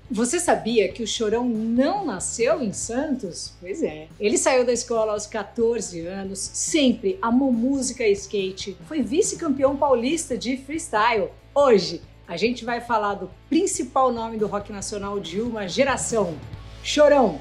Você sabia que o Chorão não nasceu em Santos? Pois é. Ele saiu da escola aos 14 anos, sempre amou música e skate, foi vice-campeão paulista de freestyle. Hoje, a gente vai falar do principal nome do rock nacional de uma geração, Chorão.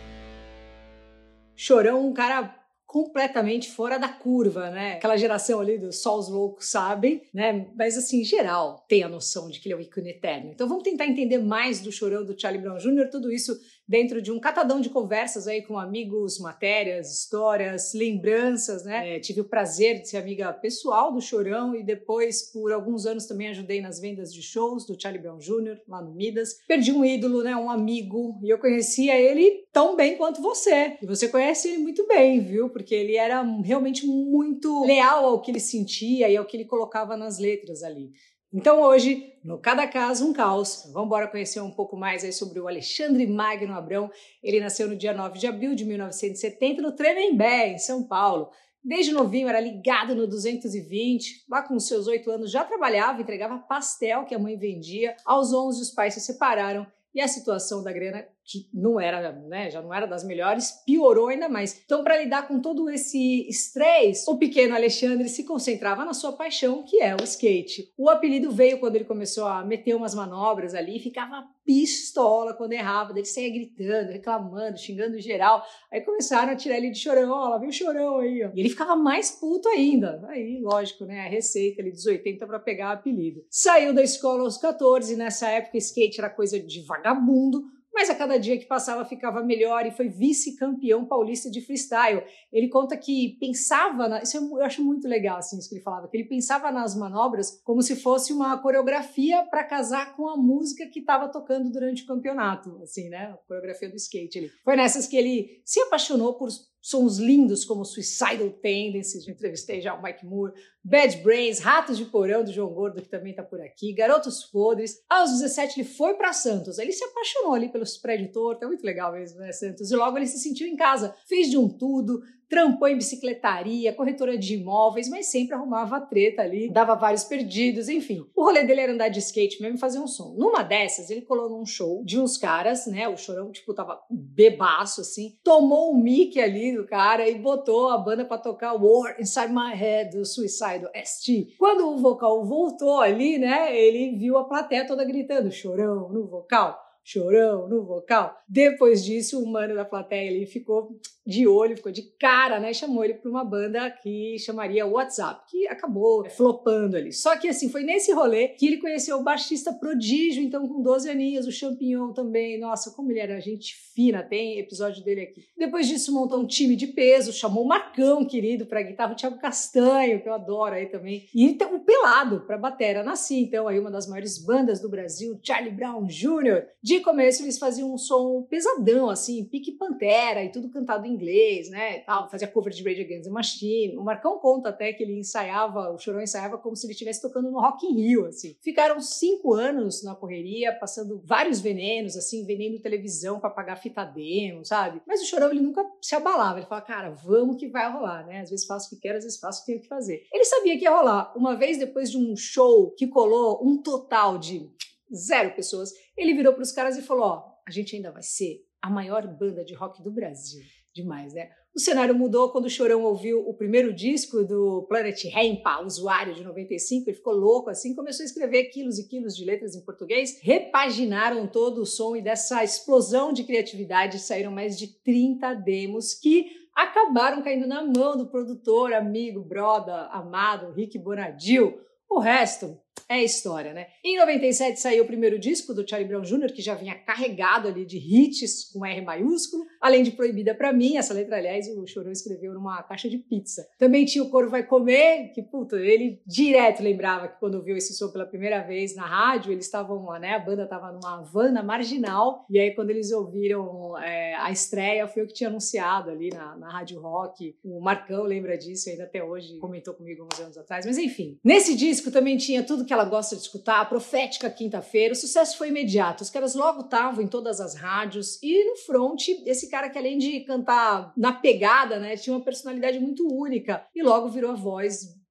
Chorão, um cara completamente fora da curva, né? Aquela geração ali dos só os loucos sabem, né? Mas assim, em geral, tem a noção de que ele é um ícone eterno. Então vamos tentar entender mais do Chorão do Charlie Brown Jr., tudo isso dentro de um catadão de conversas aí com amigos, matérias, histórias, lembranças, né? Tive o prazer de ser amiga pessoal do Chorão e depois, por alguns anos, também ajudei nas vendas de shows do Charlie Brown Jr., lá no Midas. Perdi um ídolo, né? Um amigo, e eu conhecia ele tão bem quanto você. E você conhece ele muito bem, viu? Porque ele era realmente muito leal ao que ele sentia e ao que ele colocava nas letras ali. Então hoje, no Cada Caso, um Caos, vamos embora conhecer um pouco mais aí sobre o Alexandre Magno Abrão. Ele nasceu no dia 9 de abril de 1970 no Tremembé, em São Paulo. Desde novinho era ligado no 220, lá com os seus 8 anos já trabalhava, entregava pastel que a mãe vendia. Aos 11 os pais se separaram e a situação da grana, que não era, né, já não era das melhores, piorou ainda mais. Então, para lidar com todo esse estresse, o pequeno Alexandre se concentrava na sua paixão, que é o skate. O apelido veio quando ele começou a meter umas manobras ali e ficava pistola quando errava, daí ele saía gritando, reclamando, xingando geral. Aí começaram a tirar ele de Chorão, ó, lá vem o Chorão aí, ó. E ele ficava mais puto ainda. Aí, lógico, né, a receita ali dos 80 para pegar o apelido. Saiu da escola aos 14, nessa época skate era coisa de vagabundo, mas a cada dia que passava ficava melhor e foi vice-campeão paulista de freestyle. ele conta que pensava, isso eu acho muito legal, assim, isso que ele falava, que ele pensava nas manobras como se fosse uma coreografia para casar com a música que estava tocando durante o campeonato, assim, né, a coreografia do skate ali. Foi nessas que ele se apaixonou por sons lindos como Suicidal Tendencies, eu entrevistei já o Mike Moore, Bad Brains, Ratos de Porão do João Gordo, que também tá por aqui, Garotos Podres. Aos 17 ele foi para Santos, ele se apaixonou ali pelos prédios tortos, é muito legal mesmo, né, Santos? E logo ele se sentiu em casa, fez de um tudo, trampou em bicicletaria, corretora de imóveis, mas sempre arrumava treta ali, dava vários perdidos, enfim. O rolê dele era andar de skate mesmo e fazer um som. Numa dessas, ele colou num show de uns caras, né, o Chorão, tipo, tava bebaço, assim, tomou o mic ali do cara e botou a banda pra tocar War Inside My Head, do Suicidal ST. Quando o vocal voltou ali, né, ele viu a plateia toda gritando, Chorão no vocal. Chorão no vocal. Depois disso, o mano da plateia ali ficou de olho, ficou de cara, né? Chamou ele para uma banda que chamaria WhatsApp, que acabou flopando ali. Só que assim, foi nesse rolê que ele conheceu o baixista prodígio, então com 12 aninhos, o Champignon também. Nossa, como ele era gente fina, tem episódio dele aqui. Depois disso, montou um time de peso, chamou o Marcão, querido, para guitarra, o Thiago Castanho, que eu adoro aí também, e então, o Pelado para batera. Nasci, então, aí uma das maiores bandas do Brasil, Charlie Brown Jr. De começo, eles faziam um som pesadão, assim, pique Pantera e tudo cantado em inglês, né, tal, fazia cover de Rage Against the Machine. O Marcão conta até que ele ensaiava, o Chorão ensaiava como se ele estivesse tocando no Rock in Rio, assim. Ficaram 5 anos na correria, passando vários venenos, assim, veneno televisão pra pagar fita demo, sabe? Mas o Chorão, ele nunca se abalava, ele falava, cara, vamos que vai rolar, né? Às vezes faço o que quero, às vezes faço o que tenho que fazer. Ele sabia que ia rolar. Uma vez, depois de um show que colou um total de 0 pessoas, ele virou pros caras e falou, ó, a gente ainda vai ser a maior banda de rock do Brasil. Demais, né? O cenário mudou quando o Chorão ouviu o primeiro disco do Planet Hemp, Usuário, de 95, ele ficou louco assim, começou a escrever quilos e quilos de letras em português, repaginaram todo o som e dessa explosão de criatividade saíram mais de 30 demos que acabaram caindo na mão do produtor, amigo, brother, amado, Rick Bonadil. O resto é história, né? Em 97 saiu o primeiro disco do Charlie Brown Jr., que já vinha carregado ali de hits com R maiúsculo, além de Proibida Pra Mim, essa letra, aliás, o Chorão escreveu numa caixa de pizza. Também tinha o Coro Vai Comer, que, puta, ele direto lembrava que quando ouviu esse som pela primeira vez na rádio, eles estavam lá, né? A banda tava numa Havana Marginal, e aí quando eles ouviram a estreia, foi eu que tinha anunciado ali na Rádio Rock. O Marcão lembra disso ainda até hoje, comentou comigo uns anos atrás, mas enfim. Nesse disco também tinha tudo que ela gosta de escutar, a Profética Quinta-feira. O sucesso foi imediato, os caras logo estavam em todas as rádios e no front, esse cara que além de cantar na pegada, né, tinha uma personalidade muito única e logo virou a voz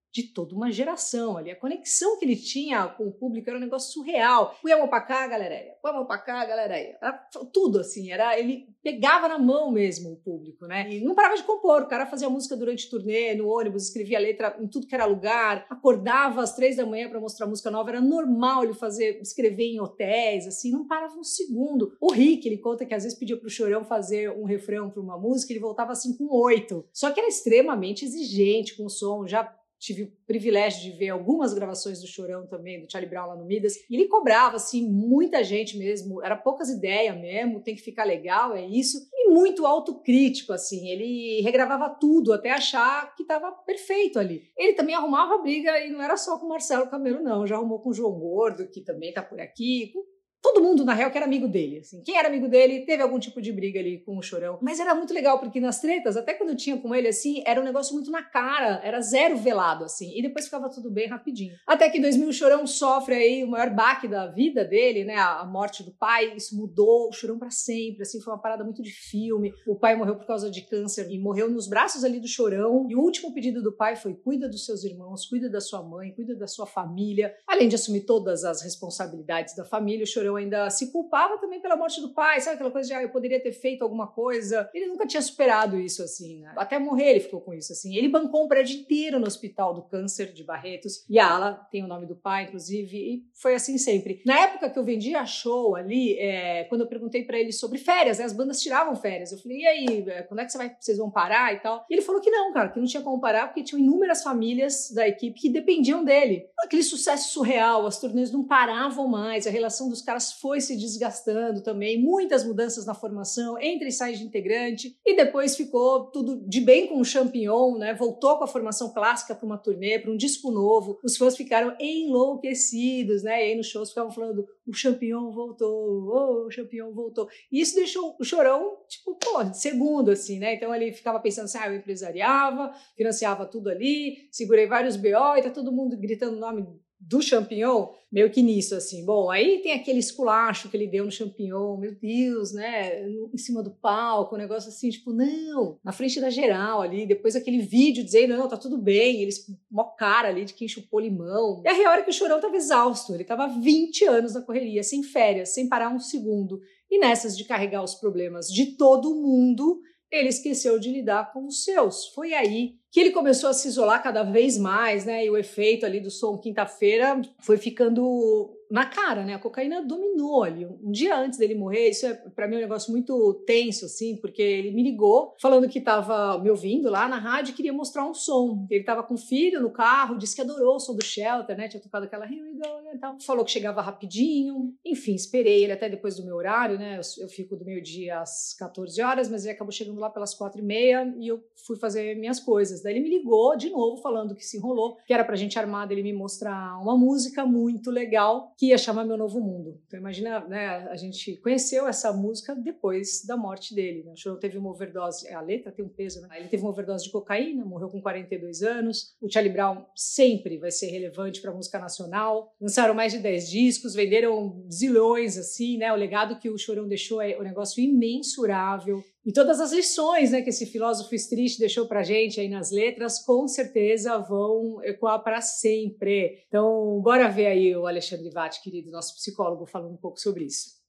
de toda uma geração ali. A conexão que ele tinha com o público era um negócio surreal. Põe a mão pra cá, galera. Põe a mão pra cá, galera. Era tudo assim, ele pegava na mão mesmo o público, né? E não parava de compor. O cara fazia música durante turnê, no ônibus, escrevia letra em tudo que era lugar, acordava às 3 da manhã para mostrar música nova. Era normal ele escrever em hotéis, assim, não parava um segundo. O Rick, ele conta que às vezes pedia pro Chorão fazer um refrão para uma música, ele voltava assim com 8. Só que era extremamente exigente com o som, já tive o privilégio de ver algumas gravações do Chorão também, do Charlie Brown lá no Midas, e ele cobrava, assim, muita gente mesmo, era poucas ideias mesmo, tem que ficar legal, é isso, e muito autocrítico, assim, ele regravava tudo até achar que estava perfeito ali. Ele também arrumava briga, e não era só com o Marcelo Camelo, não, já arrumou com o João Gordo, que também tá por aqui, com todo mundo, na real, que era amigo dele. Assim. Quem era amigo dele teve algum tipo de briga ali com o Chorão. Mas era muito legal, porque nas tretas, até quando eu tinha com ele, assim, era um negócio muito na cara. Era zero velado, assim. E depois ficava tudo bem rapidinho. Até que em 2000 o Chorão sofre aí o maior baque da vida dele, né? A morte do pai. Isso mudou o Chorão pra sempre, assim. Foi uma parada muito de filme. O pai morreu por causa de câncer e morreu nos braços ali do Chorão. E o último pedido do pai foi: cuida dos seus irmãos, cuida da sua mãe, cuida da sua família. Além de assumir todas as responsabilidades da família, o Chorão ainda se culpava também pela morte do pai, sabe aquela coisa de eu poderia ter feito alguma coisa. Ele nunca tinha superado isso, assim, né? Até morrer ele ficou com isso, assim. Ele bancou um prédio inteiro no Hospital do Câncer de Barretos, e a ala tem o nome do pai, inclusive, e foi assim sempre. Na época que eu vendia show ali, quando eu perguntei pra ele sobre férias, né? As bandas tiravam férias. Eu falei, e aí, quando é que vocês vão parar e tal? E ele falou que não, cara, que não tinha como parar, porque tinham inúmeras famílias da equipe que dependiam dele. Aquele sucesso surreal, as turnês não paravam mais, a relação dos caras foi se desgastando também, muitas mudanças na formação, entra e sai de integrante, e depois ficou tudo de bem com o Champignon, né? Voltou com a formação clássica para uma turnê, para um disco novo, os fãs ficaram enlouquecidos, né? E aí nos shows ficavam falando, o Champignon voltou, o Champignon voltou, e isso deixou o Chorão, tipo, de segundo, assim, né? Então ele ficava pensando assim, eu empresariava, financiava tudo ali, segurei vários BO, e tá todo mundo gritando o nome do Champignon, meio que nisso, assim. Bom, aí tem aquele esculacho que ele deu no Champignon, meu Deus, né, em cima do palco, um negócio assim, tipo, não, na frente da geral ali, depois aquele vídeo dizendo, não, tá tudo bem, eles, mó cara ali de quem chupou limão. E a real é que o Chorão tava exausto, ele tava 20 anos na correria, sem férias, sem parar um segundo, e nessas de carregar os problemas de todo mundo, ele esqueceu de lidar com os seus. Foi aí que ele começou a se isolar cada vez mais, né? E o efeito ali do som quinta-feira foi ficando na cara, né? A cocaína dominou ali. Um dia antes dele morrer, isso é pra mim um negócio muito tenso, assim, porque ele me ligou falando que tava me ouvindo lá na rádio e queria mostrar um som. Ele tava com o filho no carro, disse que adorou o som do Shelter, né? Tinha tocado aquela Here We Go, né? Então, falou que chegava rapidinho. Enfim, esperei ele até depois do meu horário, né? Eu fico do meio-dia às 14 horas, mas ele acabou chegando lá pelas 4h30 e eu fui fazer minhas coisas. Daí ele me ligou de novo falando que se enrolou, que era pra gente armar dele me mostrar uma música muito legal que ia chamar Meu Novo Mundo. Então imagina, né, a gente conheceu essa música depois da morte dele, né? O Chorão teve uma overdose, a letra tem um peso, né? Ele teve uma overdose de cocaína, morreu com 42 anos. O Charlie Brown sempre vai ser relevante para a música nacional. Lançaram mais de 10 discos, venderam zilhões, assim, né? O legado que o Chorão deixou é um negócio imensurável. E todas as lições, né, que esse filósofo street deixou pra gente aí nas letras, com certeza vão ecoar para sempre. Então, bora ver aí o Alexandre Vatti, querido, nosso psicólogo, falando um pouco sobre isso.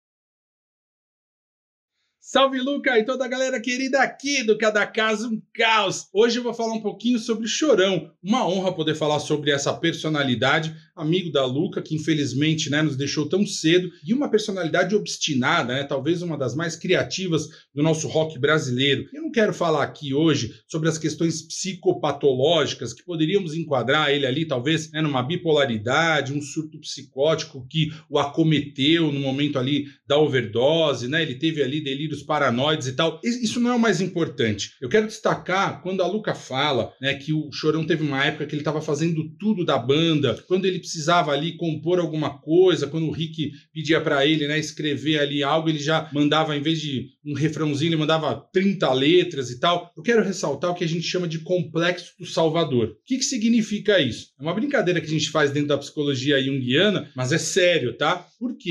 Salve, Luca, e toda a galera querida aqui do Cada Caso um Caos. Hoje eu vou falar um pouquinho sobre o Chorão. Uma honra poder falar sobre essa personalidade, amigo da Luca, que infelizmente, né, nos deixou tão cedo, e uma personalidade obstinada, né, talvez uma das mais criativas do nosso rock brasileiro. Eu não quero falar aqui hoje sobre as questões psicopatológicas que poderíamos enquadrar ele ali, talvez, né, numa bipolaridade, um surto psicótico que o acometeu no momento ali da overdose, né, ele teve ali delírios paranoides e tal. Isso não é o mais importante. Eu quero destacar quando a Luca fala, né, que o Chorão teve uma época que ele estava fazendo tudo da banda, quando ele precisava ali compor alguma coisa, quando o Rick pedia para ele, né, escrever ali algo, ele já mandava, em vez de um refrãozinho, ele mandava 30 letras e tal. Eu quero ressaltar o que a gente chama de complexo do Salvador. O que significa isso? É uma brincadeira que a gente faz dentro da psicologia junguiana, mas é sério, tá? Por quê?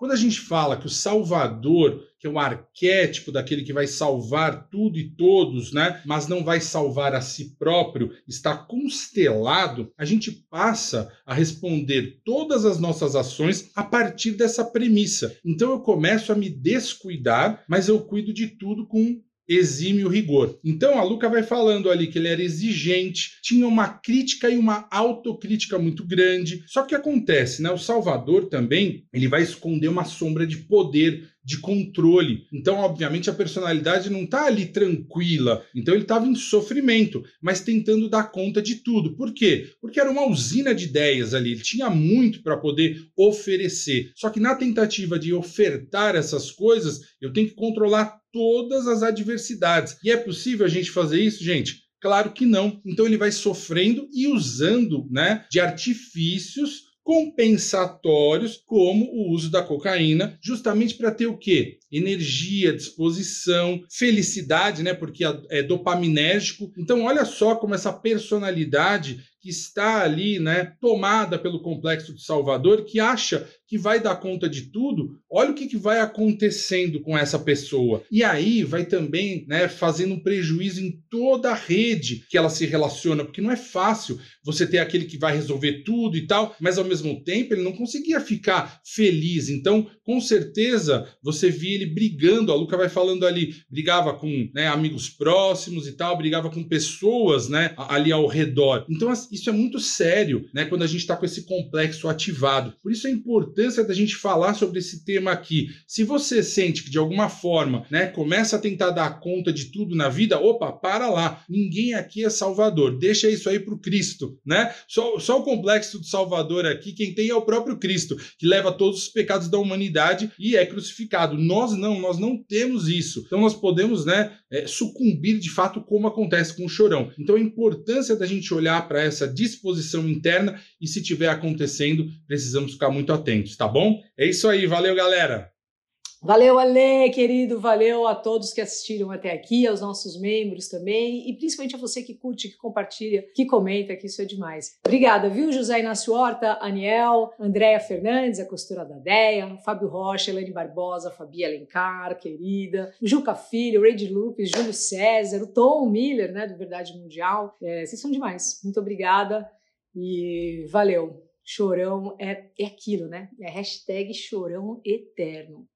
Quando a gente fala que o Salvador, que é o arquétipo daquele que vai salvar tudo e todos, né, mas não vai salvar a si próprio, está constelado, a gente passa a responder todas as nossas ações a partir dessa premissa. Então eu começo a me descuidar, mas eu cuido de tudo com exímio rigor. Então a Luca vai falando ali que ele era exigente, tinha uma crítica e uma autocrítica muito grande. Só que acontece, né? O Salvador também, ele vai esconder uma sombra de poder, de controle. Então, obviamente, a personalidade não está ali tranquila. Então ele estava em sofrimento, mas tentando dar conta de tudo. Por quê? Porque era uma usina de ideias ali. Ele tinha muito para poder oferecer. Só que na tentativa de ofertar essas coisas, eu tenho que controlar todas as adversidades. E é possível a gente fazer isso, gente? Claro que não. Então ele vai sofrendo e usando, né, de artifícios compensatórios, como o uso da cocaína, justamente para ter o quê? Energia, disposição, felicidade, né? Porque é dopaminérgico. Então, olha só como essa personalidade que está ali, né, tomada pelo complexo de Salvador, que acha que vai dar conta de tudo, olha o que vai acontecendo com essa pessoa. E aí vai também, né, fazendo um prejuízo em toda a rede que ela se relaciona, porque não é fácil você ter aquele que vai resolver tudo e tal, mas ao mesmo tempo ele não conseguia ficar feliz. Então, com certeza, você via ele brigando, a Luca vai falando ali, brigava com, né, amigos próximos e tal, brigava com pessoas, né, ali ao redor. Então, isso é muito sério, né, quando a gente está com esse complexo ativado. Por isso a importância da gente falar sobre esse tema aqui. Se você sente que de alguma forma, né, começa a tentar dar conta de tudo na vida, opa, para lá. Ninguém aqui é Salvador. Deixa isso aí para o Cristo, né? Só o complexo do Salvador aqui, quem tem é o próprio Cristo, que leva todos os pecados da humanidade e é crucificado. Nós não temos isso. Então nós podemos, né, sucumbir de fato como acontece com o Chorão. Então a importância da gente olhar para essa disposição interna e se tiver acontecendo, precisamos ficar muito atentos, tá bom? É isso aí, valeu, galera! Valeu, Ale, querido, valeu a todos que assistiram até aqui, aos nossos membros também, e principalmente a você que curte, que compartilha, que comenta, que isso é demais. Obrigada, viu, José Inácio Horta, Aniel, Andréa Fernandes, a costura da Deia, Fábio Rocha, Elane Barbosa, Fabi Alencar, querida, o Juca Filho, o Rede Lupes, Júlio César, o Tom Miller, né, do Verdade Mundial. Vocês são demais. Muito obrigada e valeu. Chorão é aquilo, né? É hashtag chorão eterno.